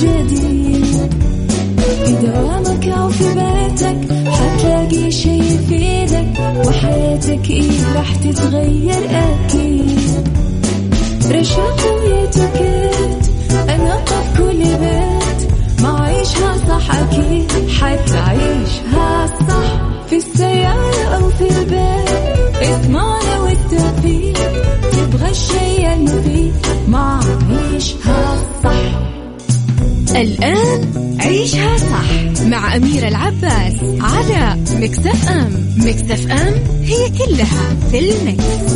جديد. في دوامك أو في بيتك حتلاقي شي يفيدك، وحياتك إيه راح تتغير أكيد. رشاق ويتوكيت أنا قف كل بيت، ما عيشها صح أكيد حتعيشها صح. في السيارة أو في البيت اسمعنا والتوفيق، تبغى الشيء المفيد ما عيشها صح. الآن عيشها صح مع أميرة العباس على ميكس اف ام. ميكس اف ام هي كلها في الميكس.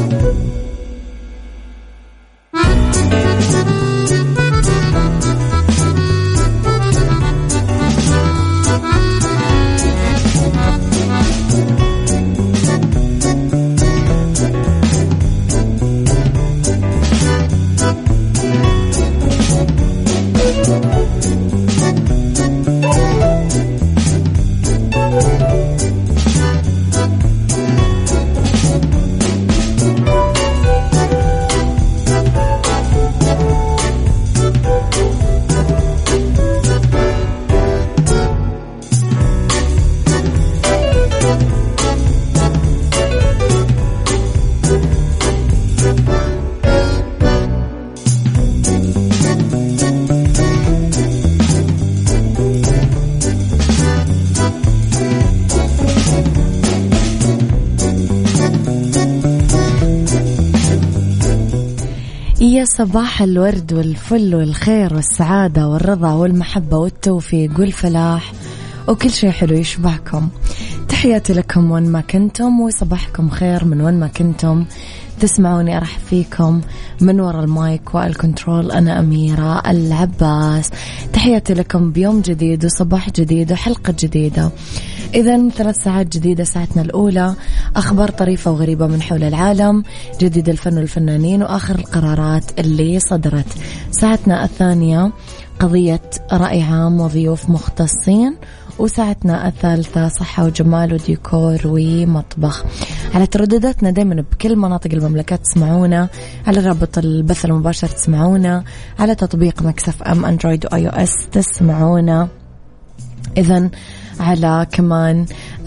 يا صباح الورد والفل والخير والسعادة والرضا والمحبة والتوفيق والفلاح وكل شيء حلو يشبهكم. تحياتي لكم وين ما كنتم، وصباحكم خير من وين ما كنتم تسمعوني. أرحب فيكم من وراء المايك والكنترول، أنا أميرة العباس. تحياتي لكم بيوم جديد وصباح جديد وحلقة جديدة. إذن 3 ساعات جديدة، ساعتنا الأولى أخبار طريفة وغريبة من حول العالم، جديد الفن والفنانين وآخر القرارات اللي صدرت. ساعتنا الثانية قضية رأي عام وضيوف مختصين، وساعتنا الثالثة صحة وجمال وديكور ومطبخ. على تردداتنا دائما بكل مناطق المملكة تسمعونا، على رابط البث المباشر تسمعونا، على تطبيق ميكس اف ام اندرويد واي او اس تسمعونا. إذن على كمان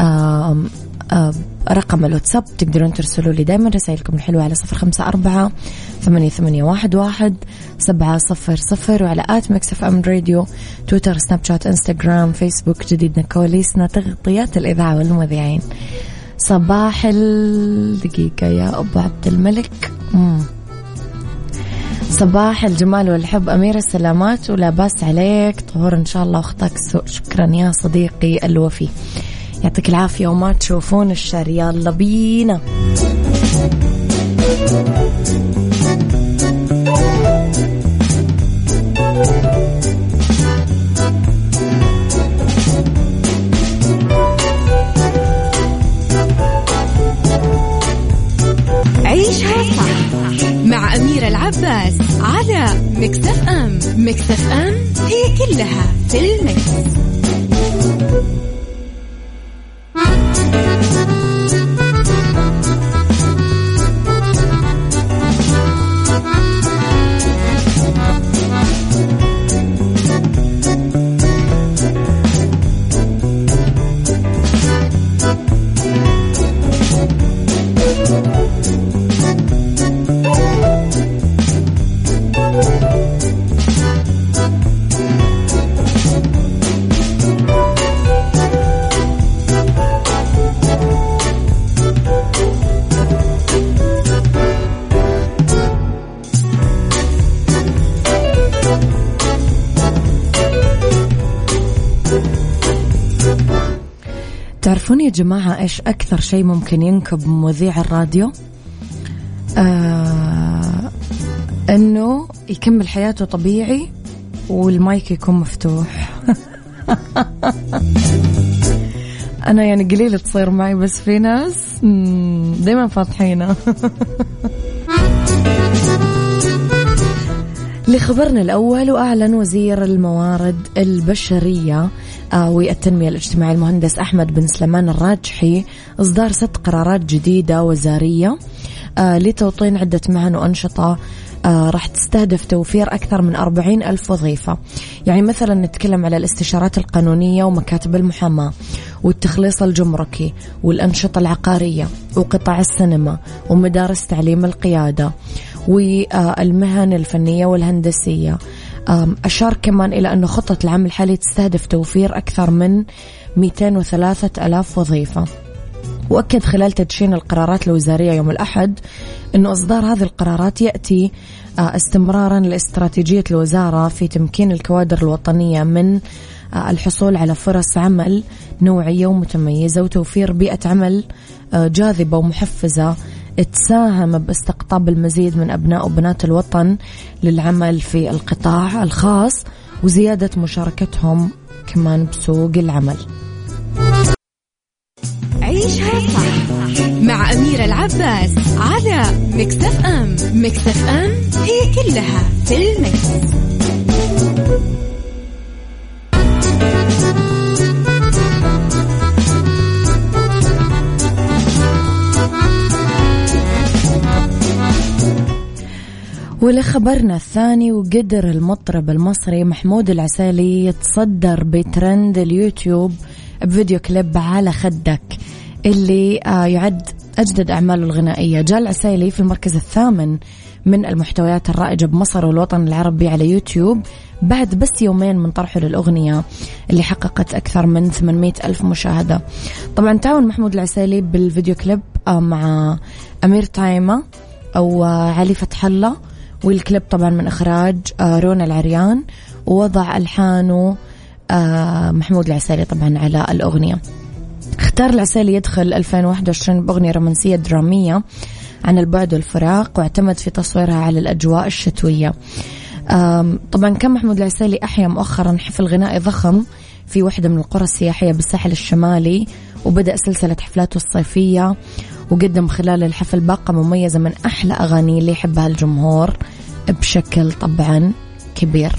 رقم الواتساب تقدرون ترسلوا لي دائما رسائلكم الحلوة على 0548811700، وعلى ميكس اف ام راديو، تويتر، سناب شات، انستغرام، فيسبوك. جديدنا كواليسنا تغطيات الإذاعة والمذيعين. صباح الدقيقة يا أبو عبد الملك. صباح الجمال والحب أميرة، السلامات ولا باس عليك، طهور إن شاء الله وأخطاك سوء. شكرا يا صديقي الوفي، يعطيك العافية وما تشوفون الشر. يلا بينا. عيشها صح مع أميرة العباس على ميكس اف ام. ميكس اف ام هي كلها في الميكس. تعرفون يا جماعة إيش أكثر شيء ممكن ينكب مذيع الراديو؟ إنه يكمل حياته طبيعي والمايك يكون مفتوح. أنا يعني قليل تصير معي، بس في ناس دايما فاتحينه. لخبرنا الأول، وأعلن وزير الموارد البشرية والتنمية الاجتماعية المهندس أحمد بن سليمان الراجحي إصدار 6 قرارات جديدة وزارية لتوطين عدة مهن وأنشطة راح تستهدف توفير أكثر من 40,000 وظيفة. يعني مثلا نتكلم على الاستشارات القانونية ومكاتب المحاماة والتخليص الجمركي والأنشطة العقارية وقطاع السينما ومدارس تعليم القيادة والمهن الفنية والهندسية. أشار كمان إلى أن خطة العام الحالي تستهدف توفير أكثر من 203,000 وظيفة. وأكد خلال تدشين القرارات الوزارية يوم الأحد أن إصدار هذه القرارات يأتي استمرارا لاستراتيجية الوزارة في تمكين الكوادر الوطنية من الحصول على فرص عمل نوعية ومتميزة وتوفير بيئة عمل جاذبة ومحفزة تساهم باستقطاب المزيد من أبناء وبنات الوطن للعمل في القطاع الخاص وزيادة مشاركتهم كمان بسوق العمل. عيشها صح مع أميرة العباس على ميكس اف ام. ميكس اف ام هي كلها في الميكس. ولخبرنا الثاني، وقدر المطرب المصري محمود العسيلي يتصدر بترند اليوتيوب بفيديو كليب على خدك اللي يعد أجدد أعماله الغنائية. جاء العسيلي في المركز الثامن من المحتويات الرائجة بمصر والوطن العربي على يوتيوب بعد بس يومين من طرحه للأغنية اللي حققت أكثر من 800,000 مشاهدة. طبعا تعاون محمود العسيلي بالفيديو كليب مع أمير تايمة أو علي فتح الله، والكليب طبعا من إخراج رونا العريان، ووضع ألحانه محمود العسيلي طبعا على الأغنية. اختار العسيلي يدخل 2021 بأغنية رومانسية درامية عن البعد والفراق، واعتمد في تصويرها على الأجواء الشتوية. طبعا كان محمود العسيلي أحيا مؤخرا حفل غنائي ضخم في واحدة من القرى السياحية بالساحل الشمالي، وبدأ سلسلة حفلاته الصيفية، وقدم خلال الحفل باقة مميزة من أحلى أغاني اللي يحبها الجمهور بشكل طبعا كبير.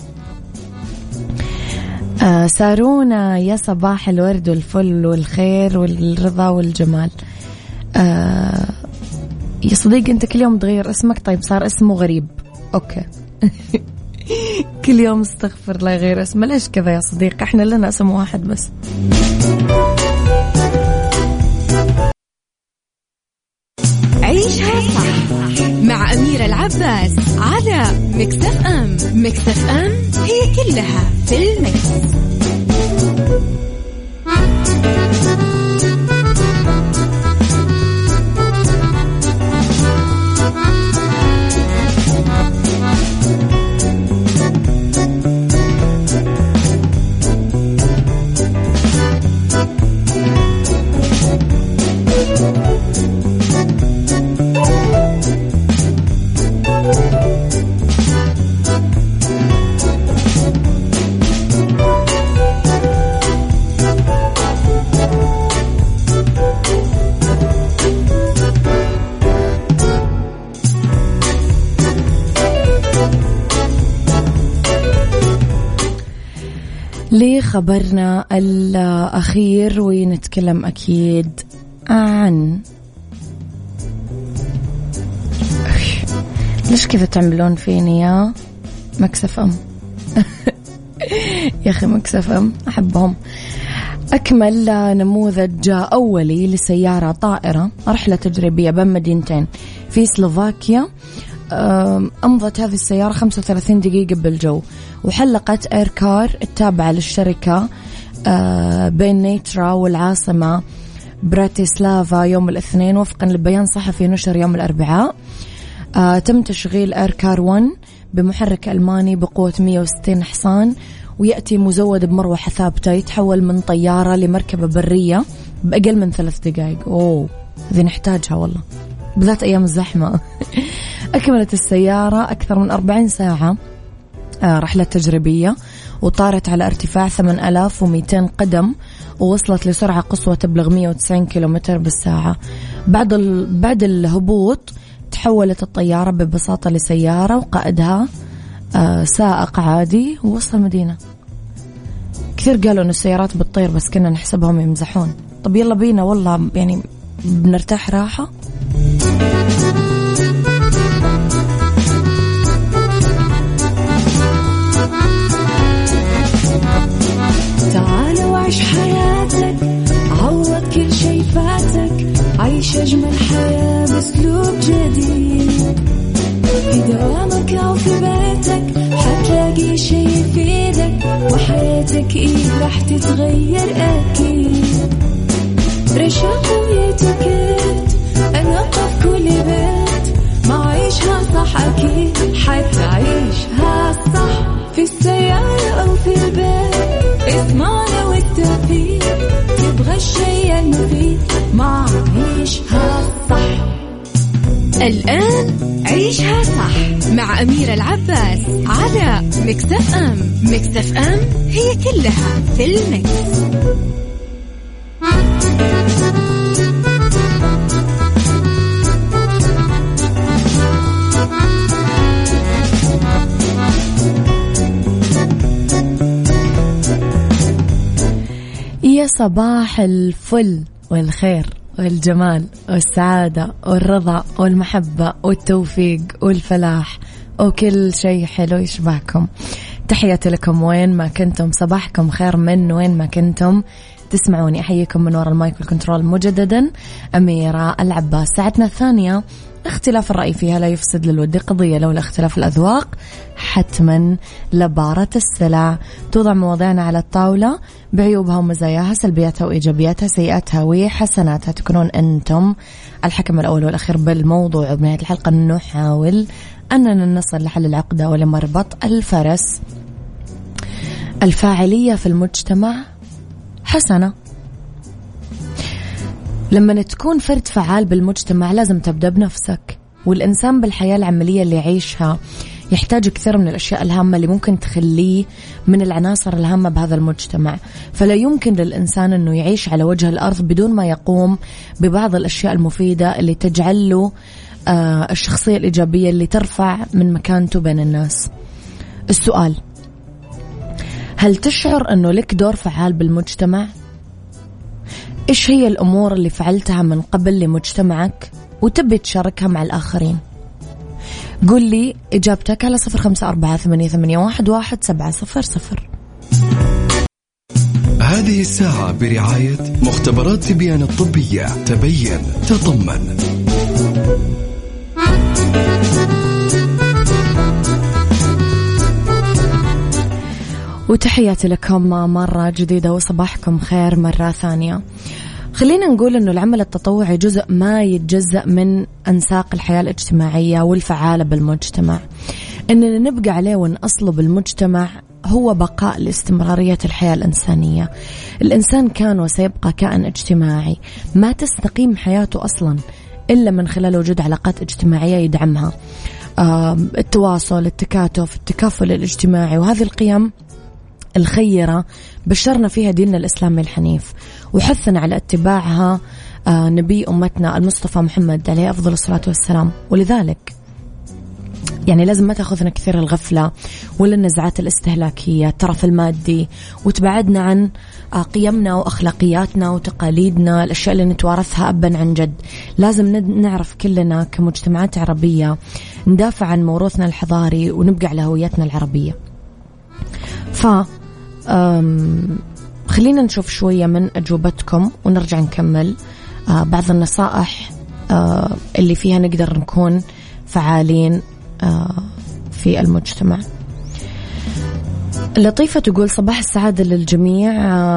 سارونا يا صباح الورد والفل والخير والرضا والجمال. يا صديقي أنت كل يوم تغير اسمك، طيب صار اسمه غريب. أوكي. كل يوم استغفر الله غير اسمه، ليش كذا يا صديقي؟ احنا لنا اسم واحد بس. عيشها صح مع أميرة العباس على ميكس اف ام. ميكس اف ام هي كلها في الميكس. لخبرنا الأخير، ونتكلم أكيد عن ليش كذا تعملون فيني يا مكسف أم. يا أخي مكسف أم أحبهم. أكمل نموذج أولي لسيارة طائرة رحلة تجريبية بين مدينتين في سلوفاكيا. أمضت هذه السيارة 35 دقيقة بالجو، وحلقت إيركار التابعة للشركة بين نيترا والعاصمة براتيسلافا يوم الاثنين وفقا لبيان صحفي نشر يوم الأربعاء. تم تشغيل إيركار 1 بمحرك ألماني بقوة 160 حصان، ويأتي مزود بمروحة ثابتة، يتحول من طيارة لمركبة برية بأقل من 3 دقائق. أوه ذي نحتاجها والله بالذات أيام الزحمة. أكملت السيارة أكثر من 40 ساعة رحلة تجريبية، وطارت على ارتفاع 8200 قدم، ووصلت لسرعة قصوى تبلغ 190 كيلومتر بالساعة. بعد الهبوط تحولت الطيارة ببساطة لسيارة، وقائدها سائق عادي، ووصل المدينة. كثير قالوا أن السيارات بتطير بس كنا نحسبهم يمزحون. طب يلا بينا والله، يعني بنرتاح راحة. حتلاقي شي يفيدك وحياتك إيه راح تتغير أكيد. رشاق ويتوكيت أنا في كل بيت ما عيشها صح أكيد حتعيشها صح، في السيارة أو في البيت اسمعنا والتوفيق تبغى الشيء المفيد ما عيشها صح. الآن عيشها صح مع أميرة العباس على مكسف أم. مكسف أم هي كلها في المكس. يا صباح الفل والخير والجمال والسعادة والرضا والمحبة والتوفيق والفلاح وكل شيء حلو يشبهكم. تحياتي لكم وين ما كنتم، صباحكم خير من وين ما كنتم تسمعوني. أحييكم من وراء المايك والكنترول مجددا أميرة العباس. ساعتنا الثانية اختلاف الرأي فيها لا يفسد للود قضية، لولا اختلاف الأذواق حتما لبارة السلع. توضع مواضيعنا على الطاولة بعيوبها ومزاياها، سلبياتها وإيجابياتها، سيئاتها وحسناتها. تكونون أنتم الحكم الأول والأخير بالموضوع. وبنهاية الحلقة نحاول أننا نصل لحل العقدة ولمربط الفرس. الفاعلية في المجتمع حسنة. لما تكون فرد فعال بالمجتمع لازم تبدأ بنفسك، والإنسان بالحياة العملية اللي يعيشها يحتاج كثير من الأشياء الهامة اللي ممكن تخليه من العناصر الهامة بهذا المجتمع. فلا يمكن للإنسان أنه يعيش على وجه الأرض بدون ما يقوم ببعض الأشياء المفيدة اللي تجعل له الشخصية الإيجابية اللي ترفع من مكانته بين الناس. السؤال: هل تشعر أنه لك دور فعال بالمجتمع؟ إيش هي الأمور اللي فعلتها من قبل لمجتمعك وتبي تشاركها مع الآخرين؟ قل لي إجابتك على 0548811700. هذه الساعة برعاية مختبرات تبيان الطبية. تبين تطمن. وتحياتي لكم مرة جديدة وصباحكم خير مرة ثانية. خلينا نقول أنه العمل التطوعي جزء ما يتجزأ من أنساق الحياة الاجتماعية والفعالة بالمجتمع. أننا نبقى عليه ونأصله بالمجتمع هو بقاء لاستمرارية الحياة الإنسانية. الإنسان كان وسيبقى كائن اجتماعي، ما تستقيم حياته أصلا إلا من خلال وجود علاقات اجتماعية يدعمها التواصل، التكاتف، التكافل الاجتماعي. وهذه القيم الخيرة بشرنا فيها ديننا الإسلامي الحنيف، وحثنا على اتباعها نبي أمتنا المصطفى محمد عليه أفضل الصلاة والسلام. ولذلك يعني لازم ما تأخذنا كثير الغفلة ولا النزعات الاستهلاكية، الترف المادي، وتبعدنا عن قيمنا وأخلاقياتنا وتقاليدنا، الأشياء اللي نتوارثها أبا عن جد. لازم نعرف كلنا كمجتمعات عربية ندافع عن موروثنا الحضاري ونبقى على هويتنا العربية. خلينا نشوف شوية من أجوبتكم ونرجع نكمل بعض النصائح اللي فيها نقدر نكون فعالين في المجتمع. لطيفة تقول: صباح السعادة للجميع،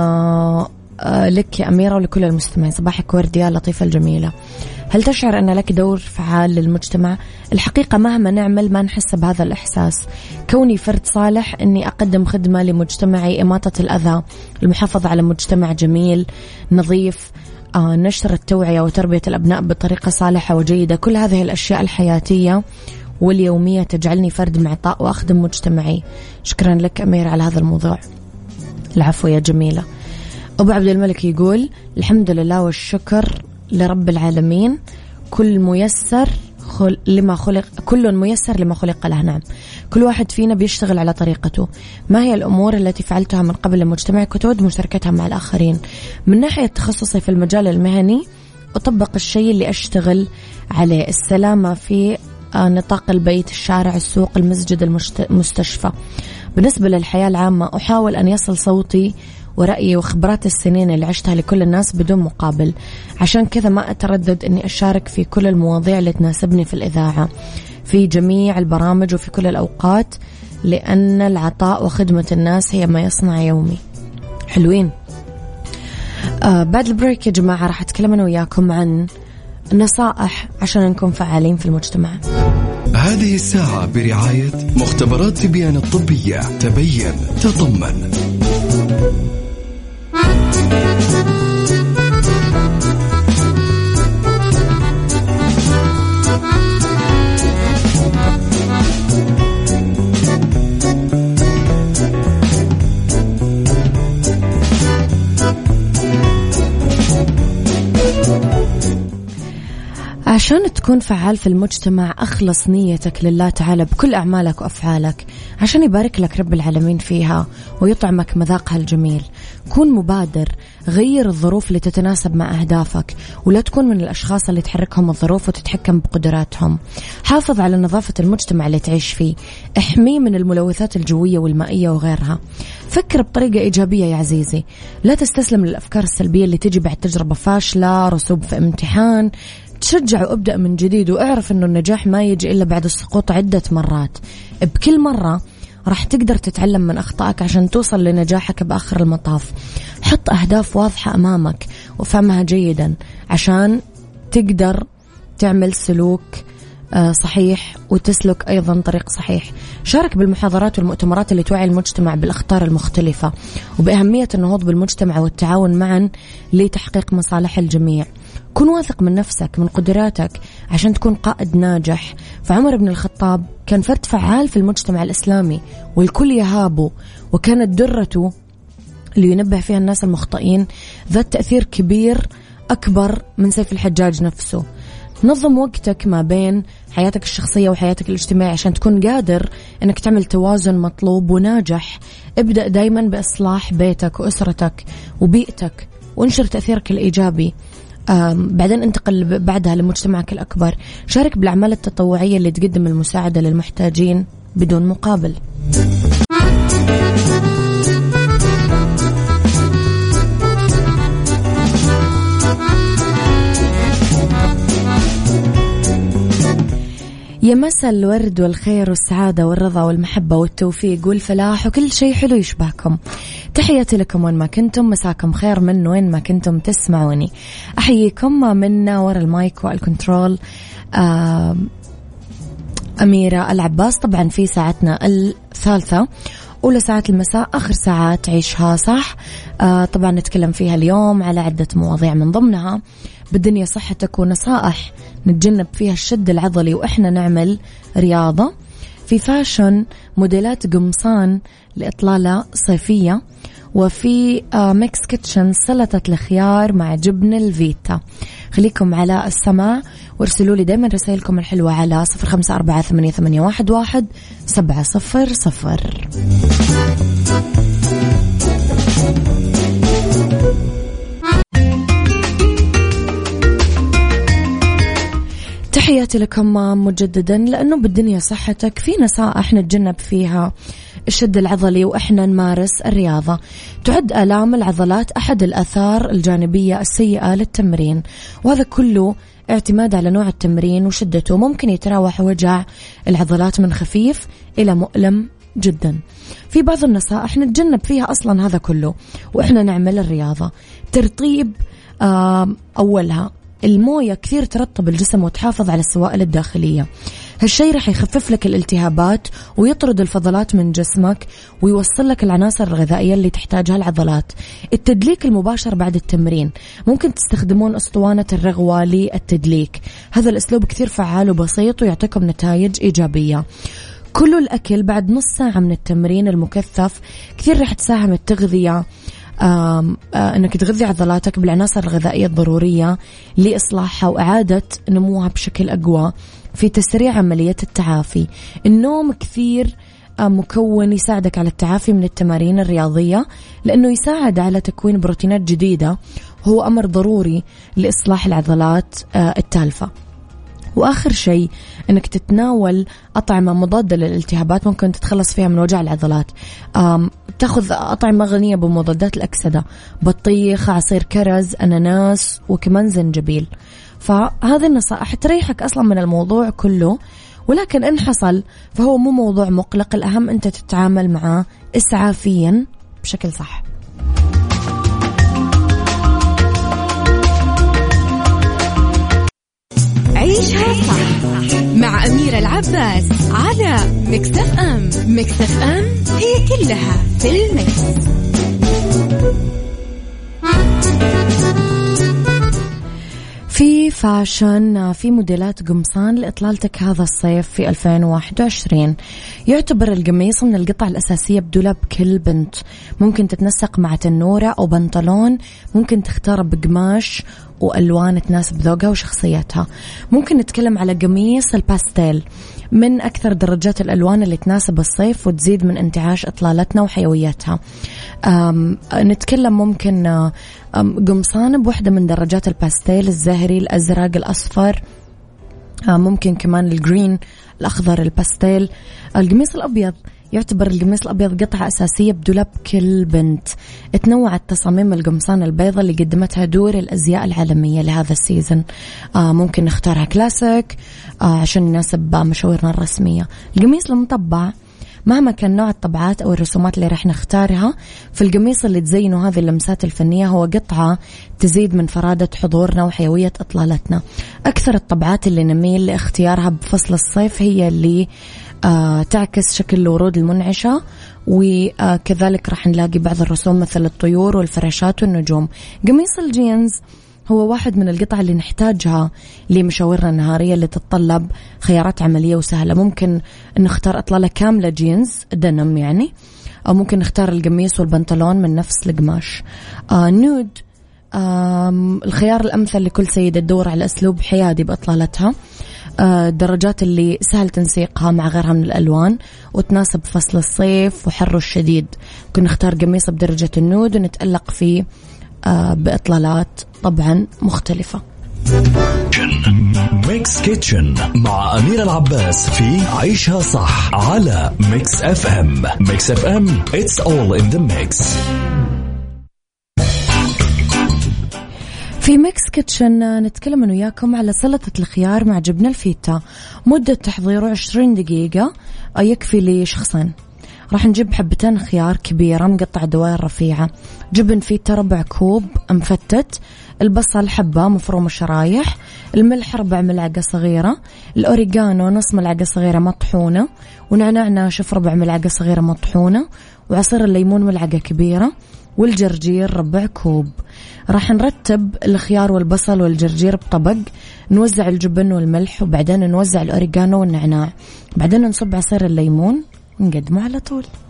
لك يا أميرة ولكل المستمعين. صباحك ورد يا لطيفة الجميلة. هل تشعر أن لك دور فعال للمجتمع؟ الحقيقة مهما نعمل ما نحس بهذا الإحساس. كوني فرد صالح أني أقدم خدمة لمجتمعي، إماطة الأذى، المحافظة على مجتمع جميل نظيف، نشر التوعية وتربية الأبناء بطريقة صالحة وجيدة. كل هذه الأشياء الحياتية واليومية تجعلني فرد معطاء وأخدم مجتمعي. شكرا لك أمير على هذا الموضوع. العفو يا جميلة. أبو عبد الملك يقول: الحمد لله والشكر لرب العالمين، كل ميسر لما خلق له. نعم، كل واحد فينا بيشتغل على طريقته. ما هي الأمور التي فعلتها من قبل لمجتمعك وتود مشاركتها مع الآخرين؟ من ناحية تخصصي في المجال المهني أطبق الشيء اللي أشتغل عليه: السلامة في نطاق البيت، الشارع، السوق، المسجد، المستشفى. بالنسبة للحياة العامة أحاول أن يصل صوتي ورأيي وخبرات السنين اللي عشتها لكل الناس بدون مقابل. عشان كذا ما أتردد أني أشارك في كل المواضيع اللي تناسبني في الإذاعة، في جميع البرامج وفي كل الأوقات. لأن العطاء وخدمة الناس هي ما يصنع يومي. حلوين. بعد البريك يا جماعة راح أتكلم أنا وياكم عن نصائح عشان نكون فعالين في المجتمع. هذه الساعة برعاية مختبرات تبيان الطبية. تبين تطمن. عشان تكون فعال في المجتمع أخلص نيتك لله تعالى بكل أعمالك وأفعالك عشان يبارك لك رب العالمين فيها ويطعمك مذاقها الجميل. كون مبادر، غير الظروف اللي تتناسب مع أهدافك، ولا تكون من الأشخاص اللي تحركهم الظروف وتتحكم بقدراتهم. حافظ على نظافة المجتمع اللي تعيش فيه، احميه من الملوثات الجوية والمائية وغيرها. فكر بطريقة إيجابية يا عزيزي، لا تستسلم للأفكار السلبية اللي تجي بعد تجربة فاشلة، رسوب في امتحان. تشجع وابدأ من جديد، واعرف أنه النجاح ما يجي إلا بعد السقوط عدة مرات. بكل مرة راح تقدر تتعلم من أخطائك عشان توصل لنجاحك بآخر المطاف. حط أهداف واضحة أمامك وفهمها جيدا عشان تقدر تعمل سلوك صحيح وتسلك أيضا طريق صحيح. شارك بالمحاضرات والمؤتمرات اللي توعي المجتمع بالأخطار المختلفة وبأهمية النهوض بالمجتمع والتعاون معا لتحقيق مصالح الجميع. كن واثق من نفسك، من قدراتك عشان تكون قائد ناجح. فعمر بن الخطاب كان فرد فعال في المجتمع الإسلامي والكل يهابه، وكانت درته اللي ينبه فيها الناس المخطئين ذات تأثير كبير أكبر من سيف الحجاج نفسه. نظم وقتك ما بين حياتك الشخصية وحياتك الاجتماعية عشان تكون قادر انك تعمل توازن مطلوب وناجح. ابدأ دايما بإصلاح بيتك وأسرتك وبيئتك وانشر تأثيرك الإيجابي. بعدين انتقل بعدها لمجتمعك الأكبر. شارك بالأعمال التطوعية اللي تقدم المساعدة للمحتاجين بدون مقابل. يا مساء الورد والخير والسعادة والرضا والمحبة والتوفيق والفلاح وكل شيء حلو يشبهكم. تحياتي لكم وين ما كنتم، مساكم خير من وين ما كنتم تسمعوني. أحييكم من وراء المايك والكنترول أميرة العباس. طبعا في ساعتنا الثالثة، أولى ساعات المساء، آخر ساعات عيشها صح. طبعا نتكلم فيها اليوم على عدة مواضيع، من ضمنها بالدنيا صحتك ونصائح نتجنب فيها الشد العضلي وإحنا نعمل رياضة. في فاشن موديلات قمصان لإطلالة صيفية. وفي ميكس كيتشن سلطة الخيار مع جبن الفيتا. خليكم على السماع وارسلوا لي دايما رسائلكم الحلوة على 0548811700. تحياتي لكم مجددا. لأنه بالدنيا صحتك في نصائح نتجنب فيها الشد العضلي وإحنا نمارس الرياضة. تعد آلام العضلات أحد الآثار الجانبية السيئة للتمرين، وهذا كله اعتماد على نوع التمرين وشدته. ممكن يتراوح وجع العضلات من خفيف إلى مؤلم جدا. في بعض النصائح نتجنب فيها أصلا هذا كله وإحنا نعمل الرياضة. ترطيب أولها، الموية كثير ترطب الجسم وتحافظ على السوائل الداخلية. هالشيء رح يخفف لك الالتهابات ويطرد الفضلات من جسمك ويوصل لك العناصر الغذائية اللي تحتاجها العضلات. التدليك المباشر بعد التمرين، ممكن تستخدمون أسطوانة الرغوة للتدليك. هذا الأسلوب كثير فعال وبسيط ويعطيكم نتائج إيجابية. كل الأكل بعد نص ساعة من التمرين المكثف كثير رح تساهم التغذية أنك تغذي عضلاتك بالعناصر الغذائية الضرورية لإصلاحها وإعادة نموها بشكل أقوى، في تسريع عملية التعافي. النوم كثير مكون يساعدك على التعافي من التمارين الرياضية، لأنه يساعد على تكوين بروتينات جديدة، هو أمر ضروري لإصلاح العضلات التالفة. وآخر شيء أنك تتناول أطعمة مضادة للالتهابات ممكن تتخلص فيها من وجع العضلات. تأخذ أطعمة غنية بمضادات الأكسدة، بطيخ، عصير كرز، أناناس، وكمان زنجبيل. فهذه النصائح تريحك أصلا من الموضوع كله ولكن إن حصل فهو مو موضوع مقلق، الأهم أنت تتعامل معه إسعافيا بشكل صح. عيشها صح مع أميرة العباس على ميكس اف ام. ميكس اف ام هي كلها في الميكس. في فاشن، في موديلات قمصان لإطلالتك هذا الصيف في 2021. يعتبر القميص من القطع الأساسية بدولاب كل بنت. ممكن تتنسق مع تنورة أو بنطلون، ممكن تختار بقماش وألوان تناسب ذوقها وشخصيتها. ممكن نتكلم على قميص الباستيل، من أكثر درجات الألوان اللي تناسب الصيف وتزيد من انتعاش إطلالتنا وحيويتها. نتكلم ممكن قمصان بوحدة من درجات الباستيل، الزهري، الأزرق، الأصفر، ممكن كمان الجرين، الأخضر، الباستيل. القميص الأبيض، يعتبر القميص الأبيض قطعة أساسية بدولاب كل بنت. تنوعت تصاميم القمصان البيضة اللي قدمتها دور الأزياء العالمية لهذا السيزن. ممكن نختارها كلاسيك عشان يناسب مشاورنا الرسمية. القميص المطبع، مهما كان نوع الطبعات أو الرسومات اللي رح نختارها في القميص اللي تزينه هذه اللمسات الفنية، هو قطعة تزيد من فرادة حضورنا وحيوية إطلالتنا. أكثر الطبعات اللي نميل لاختيارها بفصل الصيف هي اللي تعكس شكل الورود المنعشة، وكذلك رح نلاقي بعض الرسوم مثل الطيور والفراشات والنجوم. قميص الجينز هو واحد من القطع اللي نحتاجها لمشاورنا النهارية اللي تتطلب خيارات عملية وسهلة. ممكن نختار إطلالة كاملة جينز دنم يعني، أو ممكن نختار القميص والبنطلون من نفس القماش. نود الخيار الأمثل لكل سيدة تدور على أسلوب حيادي بإطلالتها. الدرجات اللي سهل تنسيقها مع غيرها من الألوان وتناسب فصل الصيف وحره الشديد. ممكن نختار قميص بدرجة النود ونتألق فيه بإطلالات طبعا مختلفة. ميكس كيتشن مع أميرة العباس في عيشها صح على ميكس اف ام. ميكس اف ام it's all in the mix. في ميكس كيتشن نتكلم أنا وياكم على سلطة الخيار مع جبنة الفيتا. مدة تحضيره 20 دقيقة، يكفي لشخصين. راح نجيب حبتين خيار كبيرة مقطع دوائر رفيعة، جبن فيتا ربع كوب مفتت، البصل حبة مفرومة شرايح، الملح 4 ملعقة صغيرة، الأوريغانو نص ملعقة صغيرة مطحونة، ونعناع ناشف 4 ملعقة صغيرة مطحونة، وعصير الليمون ملعقة كبيرة، والجرجير ربع كوب. راح نرتب الخيار والبصل والجرجير بطبق، نوزع الجبن والملح، وبعدين نوزع الأوريغانو والنعناع، بعدين نصب عصير الليمون ونقدمه على طول.